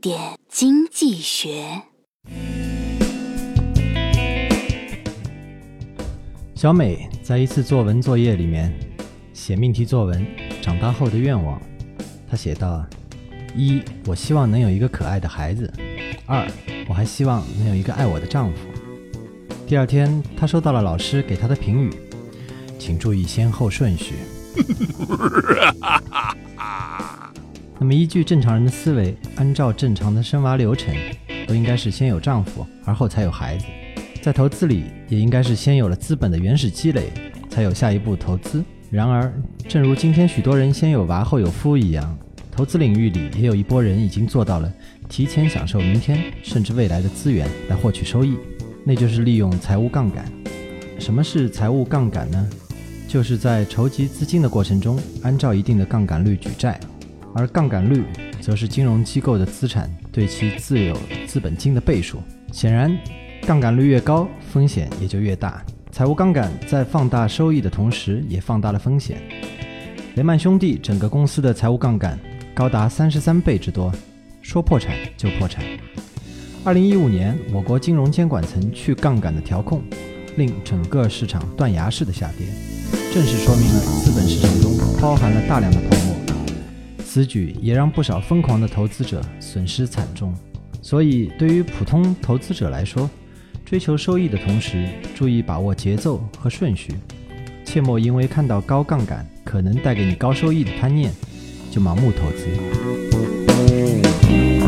点经济学。 小美在一次作文作业里面写命题作文长大后的愿望，她写道：1. 我希望能有一个可爱的孩子。2. 我还希望能有一个爱我的丈夫。第二天，她收到了老师给她的评语，请注意先后顺序。那么依据正常人的思维，按照正常的生娃流程，都应该是先有丈夫，而后才有孩子。在投资里，也应该是先有了资本的原始积累，才有下一步投资。然而，正如今天许多人先有娃后有夫一样，投资领域里也有一波人已经做到了提前享受明天甚至未来的资源来获取收益，那就是利用财务杠杆。什么是财务杠杆呢？就是在筹集资金的过程中，按照一定的杠杆率举债，而杠杆率则是金融机构的资产对其自有资本金的倍数。显然，杠杆率越高，风险也就越大。财务杠杆在放大收益的同时，也放大了风险。雷曼兄弟整个公司的财务杠杆高达33倍之多，说破产就破产。2015年，我国金融监管层去杠杆的调控，令整个市场断崖式的下跌，正是说明了资本市场中包含了大量的泡沫。此举也让不少疯狂的投资者损失惨重。所以对于普通投资者来说，追求收益的同时，注意把握节奏和顺序，切莫因为看到高杠杆可能带给你高收益的贪念，就盲目投资。